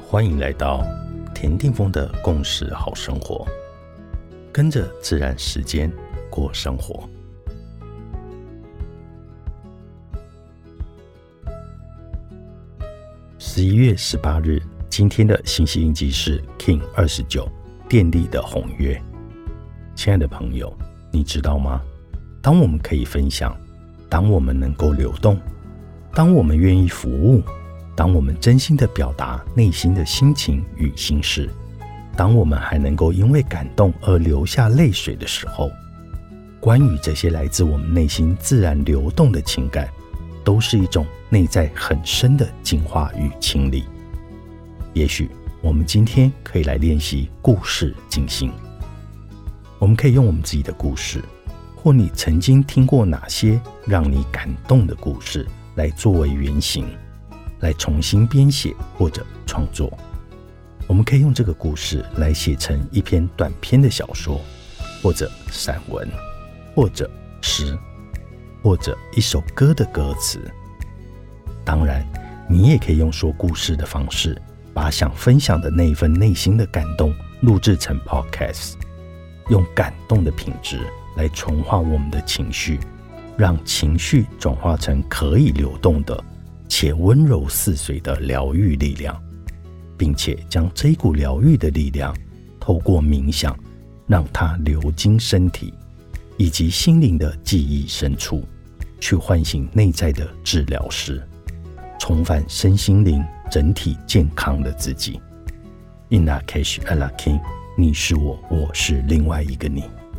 欢迎来到田定峰的共识好生活，跟着自然时间过生活。11月18日，今天的星系印记是 King 29，电力的红月。亲爱的朋友，你知道吗？当我们可以分享，当我们能够流动，当我们愿意服务，当我们真心地表达内心的心情与心事，当我们还能够因为感动而流下泪水的时候，关于这些来自我们内心自然流动的情感，都是一种内在很深的净化与清理。也许我们今天可以来练习故事静心。我们可以用我们自己的故事，或你曾经听过哪些让你感动的故事来作为原型，来重新编写或者创作。我们可以用这个故事来写成一篇短篇的小说，或者散文，或者诗，或者一首歌的歌词。当然，你也可以用说故事的方式，把想分享的那一份内心的感动录制成 podcast， 用感动的品质来纯化我们的情绪，让情绪转化成可以流动的且温柔似水的疗愈力量，并且将这一股疗愈的力量透过冥想，让它流经身体以及心灵的记忆深处，去唤醒内在的治疗师，重返身心灵整体健康的自己。In Lak'ech Ala K'in， 你是我，我是另外一个你。